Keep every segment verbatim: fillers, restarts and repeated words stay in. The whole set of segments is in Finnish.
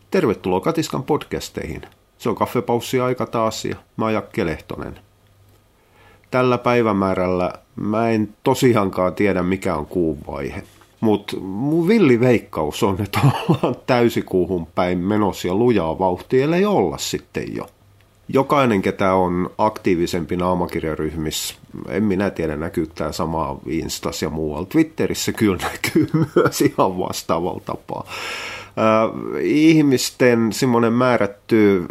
Tervetuloa Katiskan podcasteihin. Se on kaffepaussi-aika taas ja mä oon Jakke Lehtonen. Tällä päivämäärällä mä en tosiaankaan tiedä mikä on kuun vaihe. Mutta mun villi veikkaus on, että ollaan täysikuuhun päin menossa ja lujaa vauhtia, ellei olla sitten jo. Jokainen, ketä on aktiivisempi naamakirjaryhmissä, en minä tiedä näkyykö tämä sama Instas ja muualla. Twitterissä kyllä näkyy myös ihan vastaavalla tapaa. Äh, ihmisten semmoinen määrätty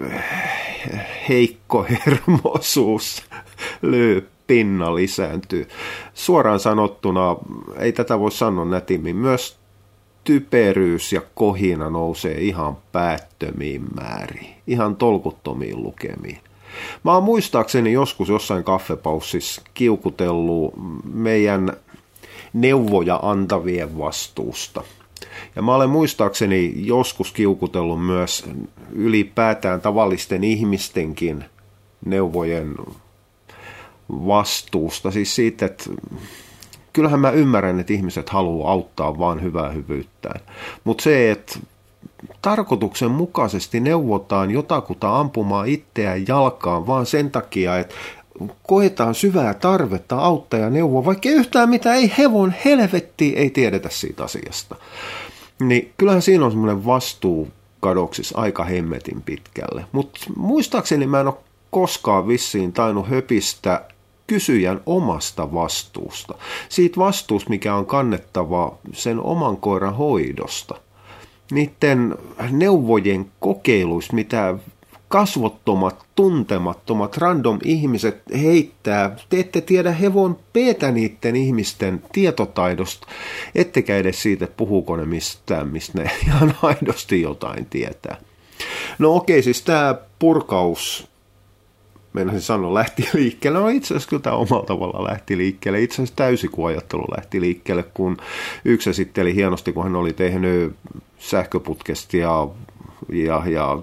heikkohermoisuus lyö pinna lisääntyy. Suoraan sanottuna, ei tätä voi sanoa nätimmin, myös typeryys ja kohina nousee ihan päättömiin määriin, ihan tolkuttomiin lukemiin. Mä oon muistaakseni joskus jossain kaffepaussissa kiukutellut meidän neuvoja antavien vastuusta. Ja mä olen muistaakseni joskus kiukutellut myös ylipäätään tavallisten ihmistenkin neuvojen vastuusta. Siis siitä, että kyllähän mä ymmärrän, että ihmiset haluaa auttaa vaan hyvää hyvyyttään. Mutta se, että tarkoituksenmukaisesti neuvotaan jotakuta ampumaan itseään jalkaan vaan sen takia, että koetaan syvää tarvetta auttaa ja neuvoa, vaikka yhtään mitä ei hevon helvetti ei tiedetä siitä asiasta. Niin kyllähän siinä on semmoinen vastuu kadoksis aika hemmetin pitkälle. Mutta muistaakseni mä en ole koskaan vissiin tainnut höpistä kysyjän omasta vastuusta. Siitä vastuusta, mikä on kannettava sen oman koiran hoidosta. Niiden neuvojen kokeiluista, mitä kasvottomat, tuntemattomat, random ihmiset heittää. Te ette tiedä hevon peetä niiden ihmisten tietotaidosta, ettekä edes siitä, puhuuko ne mistään, mistä ne ihan aidosti jotain tietää. No okei, siis tämä purkaus, meinasin sanoa, lähti liikkeelle. No itse asiassa kyllä tämä omalla tavalla lähti liikkeelle. Itse asiassa täysikuajattelu lähti liikkeelle, kun yksi esitteli hienosti, kun hän oli tehnyt sähköputkesta ja, ja, ja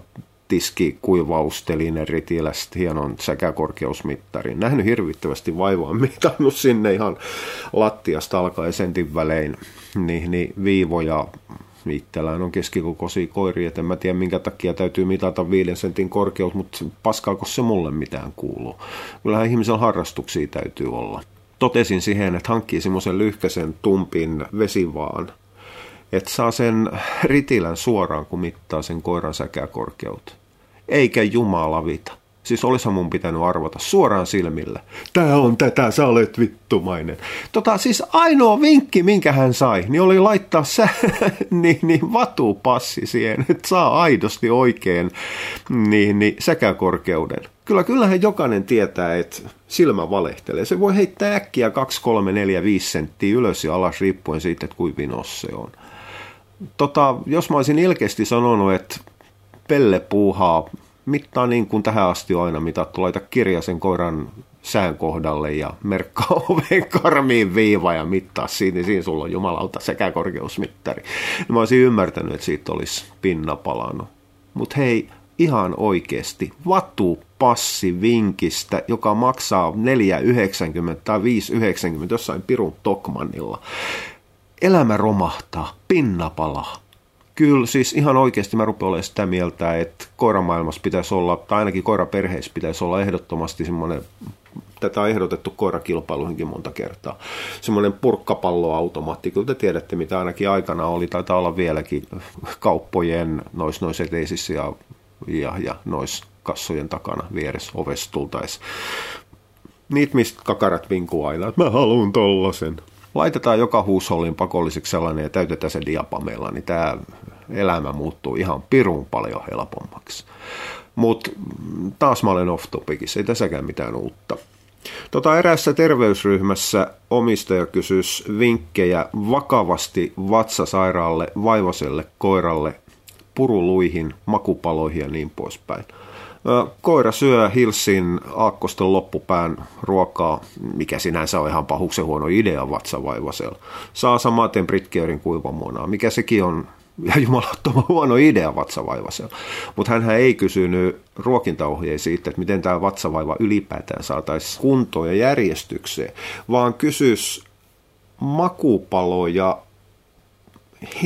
tiskikuivaustelinen ritilästä hienon säkäkorkeusmittarin. Nähnyt hirvittävästi vaivaa, mitannut sinne ihan lattiasta alkaen sentin välein niin, niin viivoja. Itsellään on keskikokoisia koiria, että en mä tiedä minkä takia täytyy mitata viiden sentin korkeus, mutta paskaako se mulle mitään kuuluu. Kyllähän ihmisen harrastuksia täytyy olla. Totesin siihen, että hankkii semmoisen lyhkäisen tumpin vesivaan, että saa sen ritilän suoraan, kun mittaa sen koiran säkäkorkeutta. Eikä jumalavita. Siis olisihan mun pitänyt arvata suoraan silmille. Tää on tätä, sä olet vittumainen. Tota, siis ainoa vinkki, minkä hän sai, niin oli laittaa sä, niin, niin vatupassi siihen, että saa aidosti oikein niin, niin, säkäkorkeuden. Kyllä, kyllähän jokainen tietää, että silmä valehtelee. Se voi heittää äkkiä kaksi, kolme, neljä, viisi senttiä ylös ja alas riippuen siitä, että kuinka vinos se on. Tota, jos mä olisin ilkeästi sanonut, että Pelle puuhaa, mittaa niin kuin tähän asti on aina mitattu, laita kirja sen koiran sään kohdalle ja merkkaa oven karmiin viiva ja mittaa siitä, niin siinä sulla on jumalauta sekä korkeusmittari. No, mä olisin ymmärtänyt, että siitä olisi pinna palannut. Mutta hei, ihan oikeasti, vatupassi vinkistä, joka maksaa neljä yhdeksänkymmentä tai viisi yhdeksänkymmentä jossain pirun Tokmannilla. Elämä romahtaa, pinna palaa. Kyllä, siis ihan oikeasti mä rupean olemaan sitä mieltä, että koiramaailmassa pitäisi olla, tai ainakin koiraperheissä pitäisi olla ehdottomasti semmoinen, tätä on ehdotettu koirakilpailuihinkin monta kertaa, semmoinen purkkapalloautomaatti. Kyllä te tiedätte, mitä ainakin aikana oli, taitaa olla vieläkin kauppojen nois nois eteisissä ja, ja, ja nois kassojen takana vieressä ovessa tultaisi. Niitä, mistä kakarat vinkuu aina, että mä haluun tollasen. Laitetaan joka huushollin pakolliseksi sellainen ja täytetään se diapameilla, niin tämä elämä muuttuu ihan pirun paljon helpommaksi. Mutta taas mä olen off-topicissa, ei tässäkään mitään uutta. Tota, eräässä terveysryhmässä omistaja kysyisi vinkkejä vakavasti vatsasairaalle, vaivaselle koiralle, puruluihin, makupaloihin ja niin poispäin. Koira syö Hilsin aakkoston loppupään ruokaa, mikä sinänsä on ihan pahuksen huono idea vatsavaivasella. Saa samaten Britgerin kuivamuonaa, mikä sekin on ihan jumalattoman huono idea vatsavaivasella. Mutta hänhän ei kysynyt ruokintaohjeita siitä, että miten tämä vatsavaiva ylipäätään saataisiin kuntoon ja järjestykseen, vaan kysyisi makupaloja herkkuja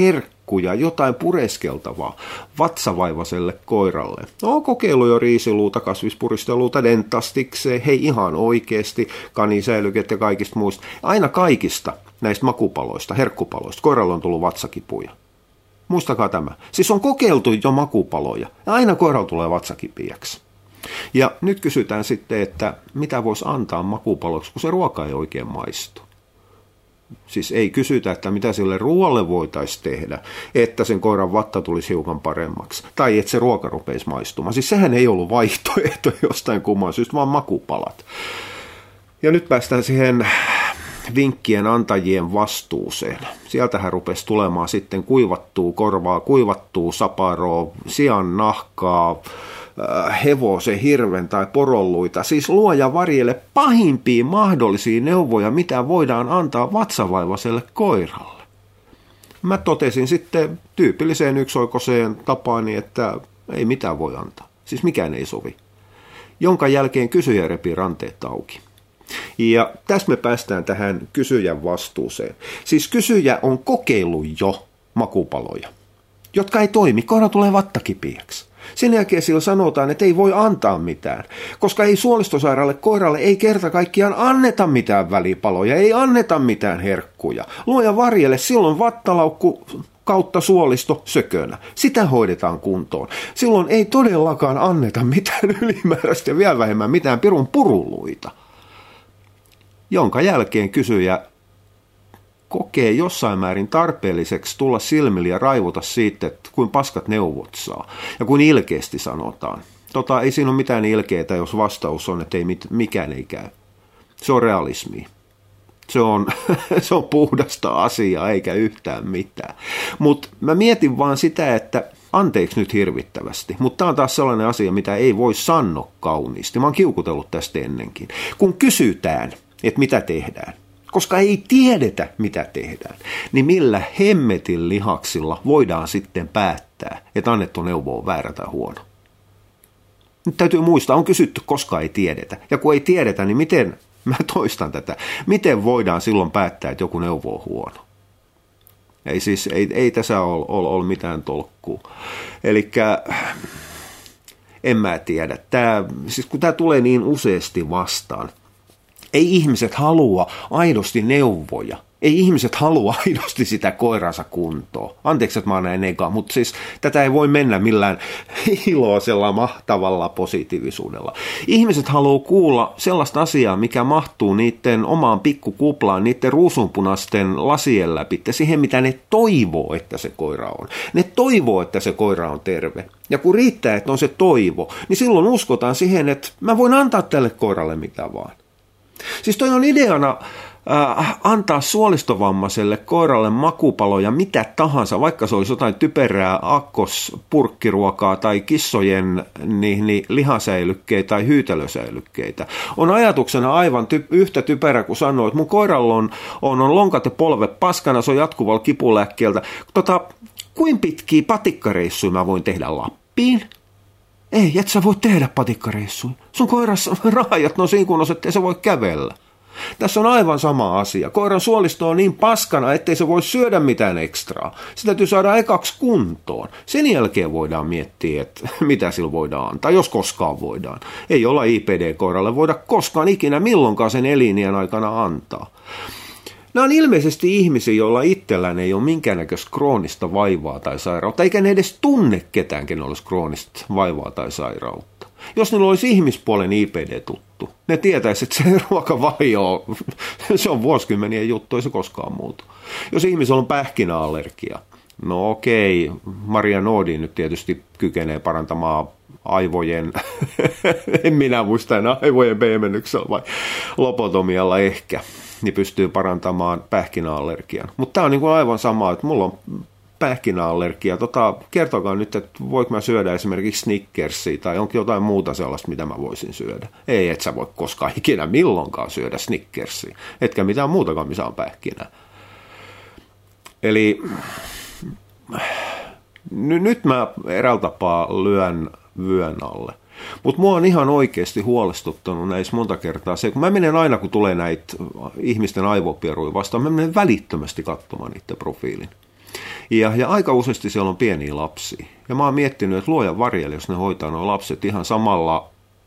herkkuja, jotain pureskeltavaa vatsavaivaiselle koiralle. No, kokeilu jo riisiluuta, kasvispuristeluuta, dentastikseen, hei ihan oikeasti, kanisäilyket ja kaikista muista. Aina kaikista näistä makupaloista, herkkupaloista, koiralle on tullut vatsakipuja. Muistakaa tämä. Siis on kokeiltu jo makupaloja ja aina koiralla tulee vatsakipiäksi. Ja nyt kysytään sitten, että mitä voisi antaa makupaloiksi, kun se ruoka ei oikein maistu. Siis ei kysytä, että mitä sille ruoalle voitaisiin tehdä, että sen koiran vatta tulisi hiukan paremmaksi. Tai että se ruoka rupeisi maistumaan. Siis sehän ei ollut vaihtoehto jostain kumman syystä, vaan makupalat. Ja nyt päästään siihen vinkkien antajien vastuuseen. Sieltähän rupesi tulemaan sitten kuivattua korvaa, kuivattua saparoa, sian nahkaa, hevosen, hirven tai porolluita. Siis luoja varjelle pahimpia mahdollisia neuvoja, mitä voidaan antaa vatsavaivaiselle koiralle. Mä totesin sitten tyypilliseen yksioikoiseen tapaani, että ei mitään voi antaa. Siis mikään ei sovi. Jonka jälkeen kysyjä repii ranteet auki. Ja tässä me päästään tähän kysyjän vastuuseen. Siis kysyjä on kokeillut jo makupaloja, jotka ei toimi. Koira tulee vattakipiäksi. Sen jälkeen sillä sanotaan, että ei voi antaa mitään, koska ei suolistosairaalle koiralle ei kerta kaikkiaan anneta mitään välipaloja, ei anneta mitään herkkuja. Luoja varjelle silloin vattalaukku kautta suolisto sökönä. Sitä hoidetaan kuntoon. Silloin ei todellakaan anneta mitään ylimääräistä ja vielä vähemmän mitään pirun puruluita. Jonka jälkeen kysyjä kokee jossain määrin tarpeelliseksi tulla silmille ja raivuta siitä, että kuin paskat neuvot saa ja kuin ilkeästi sanotaan. Tota, ei siinä ole mitään ilkeätä, jos vastaus on, että ei mit, mikään ei käy. Se on realismia. Se on, se on puhdasta asiaa eikä yhtään mitään. Mutta mä mietin vaan sitä, että anteeksi nyt hirvittävästi, mutta tämä on taas sellainen asia, mitä ei voi sanoa kauniisti. Mä oon kiukutellut tästä ennenkin. Kun kysytään, että mitä tehdään, koska ei tiedetä, mitä tehdään, niin millä hemmetin lihaksilla voidaan sitten päättää, että annettu neuvo on väärä tai huono. Nyt täytyy muistaa, on kysytty, koska ei tiedetä. Ja kun ei tiedetä, niin miten, mä toistan tätä, miten voidaan silloin päättää, että joku neuvo on huono. Ei siis, ei, ei tässä ole, ole, ole mitään tolkkua. Elikkä en mä tiedä. Tää, siis kun tämä tulee niin useasti vastaan, ei ihmiset halua aidosti neuvoja. Ei ihmiset halua aidosti sitä koiransa kuntoon. Anteeksi, että mä oon näin eka, mutta siis tätä ei voi mennä millään iloisella, mahtavalla positiivisuudella. Ihmiset haluaa kuulla sellaista asiaa, mikä mahtuu niiden omaan pikkukuplaan, niiden ruusunpunaisten lasien läpi, siihen mitä ne toivoo, että se koira on. Ne toivoo, että se koira on terve. Ja kun riittää, että on se toivo, niin silloin uskotaan siihen, että mä voin antaa tälle koiralle mitä vaan. Siis toi on ideana äh, antaa suolistovammaiselle koiralle makupaloja mitä tahansa, vaikka se olisi jotain typerää akkospurkkiruokaa tai kissojen niin, niin, lihasäilykkeitä tai hyytelösäilykkeitä. On ajatuksena aivan ty- yhtä typerä kuin sanoo, että mun koiralla on, on, on lonkat ja polvet paskana, se on jatkuvalla kipulääkkeeltä. Tota, kuin pitkiä patikkareissuja mä voin tehdä Lappiin? Ei, et sä voi tehdä patikkareissuja. Sun koirassa raajat on siinä kunnossa, ettei se voi kävellä. Tässä on aivan sama asia. Koiran suolisto on niin paskana, ettei se voi syödä mitään ekstraa. Se täytyy saada ekaksi kuntoon. Sen jälkeen voidaan miettiä, että mitä sillä voidaan antaa, jos koskaan voidaan. Ei olla I P D-koiralle voida koskaan ikinä milloinkaan sen elinien aikana antaa. Nämä on ilmeisesti ihmisiä, joilla itsellään ei ole minkäännäköistä kroonista vaivaa tai sairautta, eikä ne edes tunne ketään, kenellä olisi kroonista vaivaa tai sairautta. Jos niillä olisi ihmispuolen I P D tuttu, ne tietäisi, että se ruokavalio, se on vuosikymmenien juttu, ei se koskaan muutu. Jos ihmisellä on pähkinäallergia, no okei, Maria Nordin nyt tietysti kykenee parantamaan aivojen, en minä muista enää aivojen pehmennyksellä vai lobotomialla ehkä, niin pystyy parantamaan pähkinäallergian. Mutta tämä on niin kuin aivan sama, että mulla on pähkinäallergia. Tota, kertokaa nyt, että voiko mä syödä esimerkiksi Snickersia tai onkin jotain muuta sellaista, mitä mä voisin syödä. Ei, et sä voi koskaan ikinä milloinkaan syödä Snickersia, etkä mitään muutakaan, missä on pähkinää. Eli n- nyt mä eräällä tapaa lyön vyön alle. Mutta mua on ihan oikeasti huolestuttanut näissä monta kertaa se, kun mä menen aina, kun tulee näitä ihmisten aivopieruja vastaan, mä menen välittömästi katsomaan niiden profiilin. Ja, ja aika useasti siellä on pieniä lapsia. Ja mä oon miettinyt, että luojan varjelle, jos ne hoitaa nuo lapset ihan samalla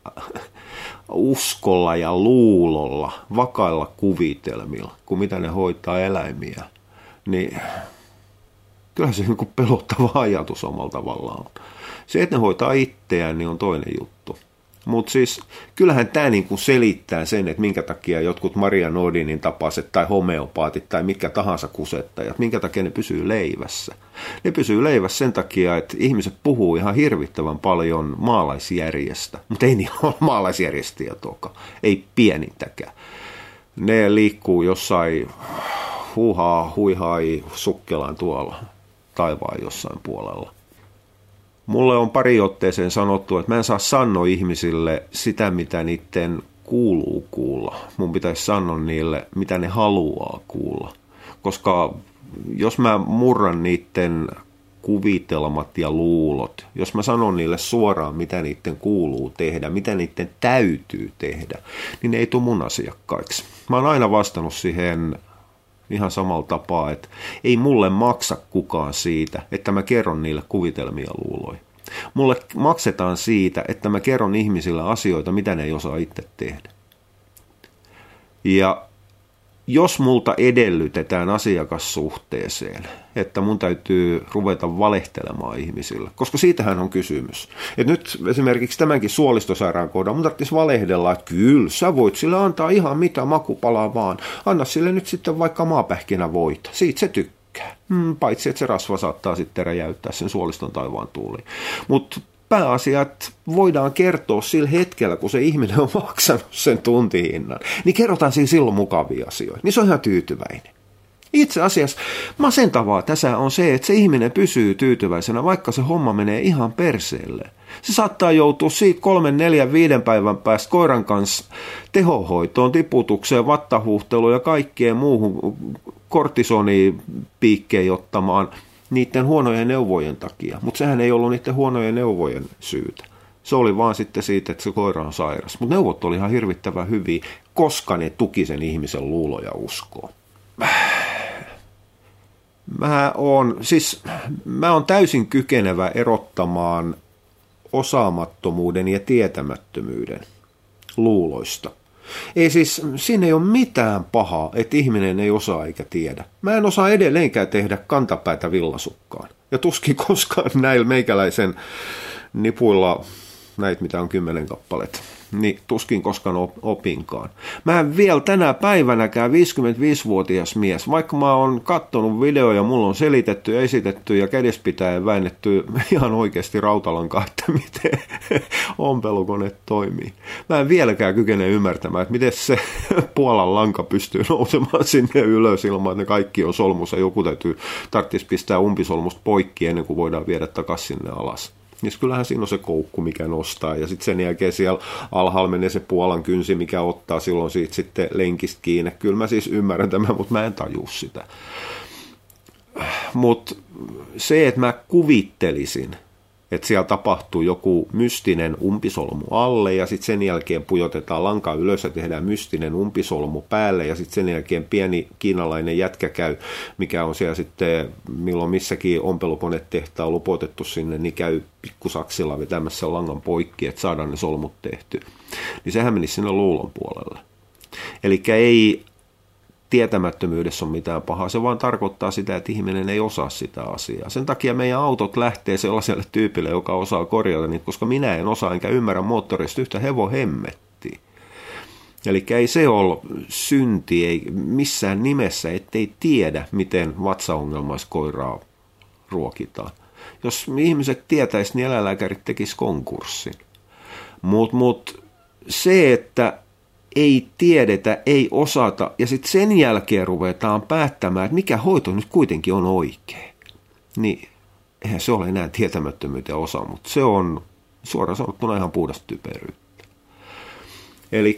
uskolla ja luulolla, vakailla kuvitelmilla, kuin mitä ne hoitaa eläimiä, niin kyllähän se niin kuin pelottava ajatus omalla tavallaan on. Se, että ne hoitaa itseään, niin on toinen juttu. Mutta siis kyllähän tämä niinku selittää sen, että minkä takia jotkut Maria Nordinin tapaiset tai homeopaatit tai mitkä tahansa kusettajat, minkä takia ne pysyy leivässä. Ne pysyy leivässä sen takia, että ihmiset puhuu ihan hirvittävän paljon maalaisjärjestä, mutta ei niillä ole maalaisjärjestietoakaan, ei pienintäkään. Ne liikkuu jossain huuhaa, huihaai, sukkelaan tuolla taivaan jossain puolella. Mulle on pari otteeseen sanottu, että mä en saa sanoa ihmisille sitä, mitä niiden kuuluu kuulla. Mun pitäisi sanoa niille, mitä ne haluaa kuulla. Koska jos mä murran niiden kuvitelmat ja luulot, jos mä sanon niille suoraan, mitä niiden kuuluu tehdä, mitä niiden täytyy tehdä, niin ne ei tule mun asiakkaiksi. Mä oon aina vastannut siihen ihan samalla tapaa, että ei mulle maksa kukaan siitä, että mä kerron niille kuvitelmia luuloja. Mulle maksetaan siitä, että mä kerron ihmisille asioita, mitä ne ei osaa itse tehdä. Ja jos multa edellytetään asiakassuhteeseen, että mun täytyy ruveta valehtelemaan ihmisille, koska siitähän on kysymys. Et nyt esimerkiksi tämänkin suolistosairaan kohdan mun tarvitsisi valehdella, että kyllä sä voit sille antaa ihan mitä makupalaa vaan. Anna sille nyt sitten vaikka maapähkinävoita, siitä se tykkää. Hmm, paitsi että se rasva saattaa sitten räjäyttää sen suoliston taivaan tuuliin. Mutta pääasia, että voidaan kertoa sillä hetkellä, kun se ihminen on maksanut sen tuntihinnan, niin kerrotaan siinä silloin mukavia asioita. Niin se on ihan tyytyväinen. Itse asiassa masentavaa tässä on se, että se ihminen pysyy tyytyväisenä, vaikka se homma menee ihan perseelle. Se saattaa joutua siitä kolmen, neljän, viiden päivän päästä koiran kanssa tehohoitoon, tiputukseen, vattahuhteluun ja kaikkeen muuhun kortisonipiikkeen ottamaan niiden huonojen neuvojen takia. Mutta sehän ei ollut niiden huonojen neuvojen syytä. Se oli vaan sitten siitä, että se koira on sairas. Mutta neuvot oli ihan hirvittävän hyviä, koska ne tuki sen ihmisen luuloja uskoa. Mä oon, siis, mä oon täysin kykenevä erottamaan osaamattomuuden ja tietämättömyyden luuloista. Ei siis, siinä ei ole mitään pahaa, että ihminen ei osaa eikä tiedä. Mä en osaa edelleenkään tehdä kantapäätä villasukkaan. Ja tuskin koskaan näillä meikäläisen nipuilla, näitä mitä on kymmenen kappaletta, niin tuskin koskaan opinkaan. Mä en vielä tänä päivänäkään viisikymmentäviisivuotias mies, vaikka mä oon kattonut videoja, mulla on selitetty ja esitetty ja kädespitäen väännetty ihan oikeasti rautalankaan, että miten ompelukone toimii. Mä en vieläkään kykene ymmärtämään, että miten se Puolan lanka pystyy nousemaan sinne ylös ilman, että ne kaikki on solmussa. Joku täytyy tarvitsisi pistää umpisolmusta poikki ennen kuin voidaan viedä takaisin sinne alas. Ja kyllähän siinä on se koukku, mikä nostaa, ja sitten sen jälkeen siellä alhaalla menee se Puolan kynsi, mikä ottaa silloin siitä sitten lenkistä kiinni. Kyllä mä siis ymmärrän tämän, mutta mä en tajua sitä. Mutta se, että mä kuvittelisin, että siellä tapahtuu joku mystinen umpisolmu alle, ja sitten sen jälkeen pujotetaan lanka ylös ja tehdään mystinen umpisolmu päälle, ja sitten sen jälkeen pieni kiinalainen jätkä käy, mikä on siellä sitten, milloin missäkin ompelukonetehtaa lupotettu sinne, niin käy pikkusaksilla vetämässä langan poikki, että saadaan ne solmut tehty. Niin sehän menisi sinne luulon puolelle. Eli ei tietämättömyydessä on mitään pahaa, se vaan tarkoittaa sitä, että ihminen ei osaa sitä asiaa. Sen takia meidän autot lähtee sellaiselle tyypille, joka osaa korjata niitä, koska minä en osaa enkä ymmärrä moottorista yhtä hevohemmettiä. Eli ei se ole synti, ei missään nimessä, ettei tiedä, miten vatsaongelmaista koiraa ruokitaan. Jos ihmiset tietäisi, niin eläinlääkärit tekisi konkurssin. Mutta mut, se, että ei tiedetä, ei osata, ja sitten sen jälkeen ruvetaan päättämään, että mikä hoito nyt kuitenkin on oikein. Niin eihän se ole enää tietämättömyyttä ja osa, mutta se on suoraan sanottuna ihan puhdasta typeryyttä. Eli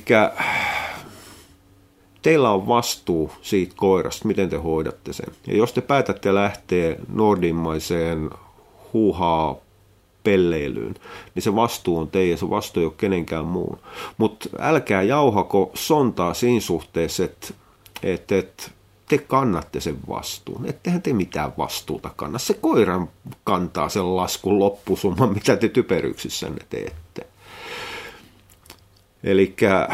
teillä on vastuu siitä koirasta, miten te hoidatte sen. Ja jos te päätätte lähteä nordinmaiseen huuhaa pelleilyyn, niin se vastuu on teidän, se vastuu ei ole kenenkään muun. Mutta älkää jauhako sontaa siinä suhteessa, että et, et, te kannatte sen vastuun. Ettehän te mitään vastuuta kanna. Se koiran kantaa sen laskun loppusumman, mitä te typeryksissänne teette. Elikkä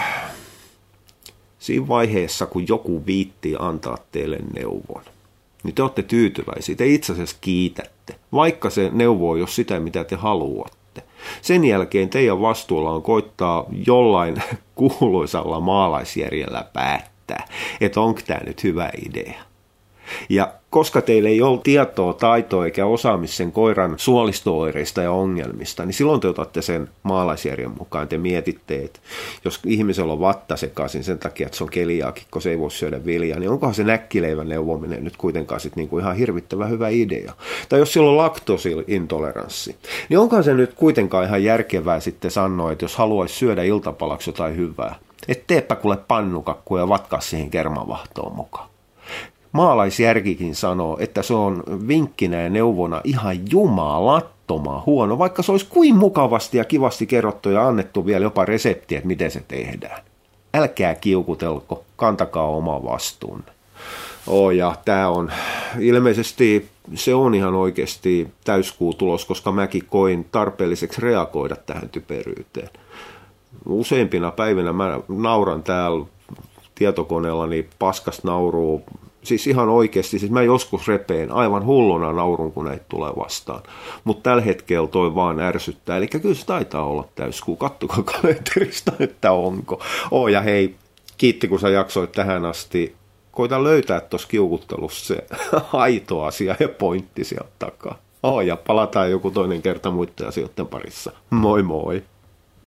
siinä vaiheessa, kun joku viittii antaa teille neuvon, niin te olette tyytyväisiä. Te itse asiassa kiitätte, vaikka se neuvo ei ole sitä, mitä te haluatte. Sen jälkeen teidän vastuulla on koittaa jollain kuuluisalla maalaisjärjellä päättää, että onko tämä nyt hyvä idea. Ja koska teillä ei ole tietoa, taitoa eikä osaamista sen koiran suolisto-oireista ja ongelmista, niin silloin te otatte sen maalaisjärjen mukaan. Te mietitte, että jos ihmisellä on vatta sekaisin sen takia, että se on keliaakikko, se ei voi syödä viljaa, niin onkohan se näkkileivän neuvominen nyt kuitenkaan sit niinku ihan hirvittävän hyvä idea. Tai jos sillä on laktoosiintoleranssi, niin onkohan se nyt kuitenkaan ihan järkevää sitten sanoa, että jos haluaisi syödä iltapalaksi jotain hyvää, että teepä kuule pannukakkuja ja vatkaa siihen kermavahtoon mukaan. Maalaisjärkikin sanoo, että se on vinkkinä ja neuvona ihan jumalattoman huono, vaikka se olisi kuin mukavasti ja kivasti kerrottu ja annettu vielä jopa reseptiä, että miten se tehdään. Älkää kiukutelko, kantakaa oma vastuunne. Oh, ja tämä on ilmeisesti, se on ihan oikeasti täyskuutulos, koska mäkin koin tarpeelliseksi reagoida tähän typeryyteen. Useimpina päivinä mä nauran täällä tietokoneellani paskas nauruu. Siis ihan oikeasti, siis mä joskus repeen aivan hulluna naurun, kun näitä tulee vastaan. Mutta tällä hetkellä toi vaan ärsyttää. Eli kyllä se taitaa olla täyskuu. Kattokaa kalenterista, että onko. Oo ja hei, kiitti kun sä jaksoit tähän asti. Koita löytää tuossa kiukuttelussa se aito asia ja pointti sieltä takaa. Oo ja palataan joku toinen kerta muiden asioiden parissa. Moi moi!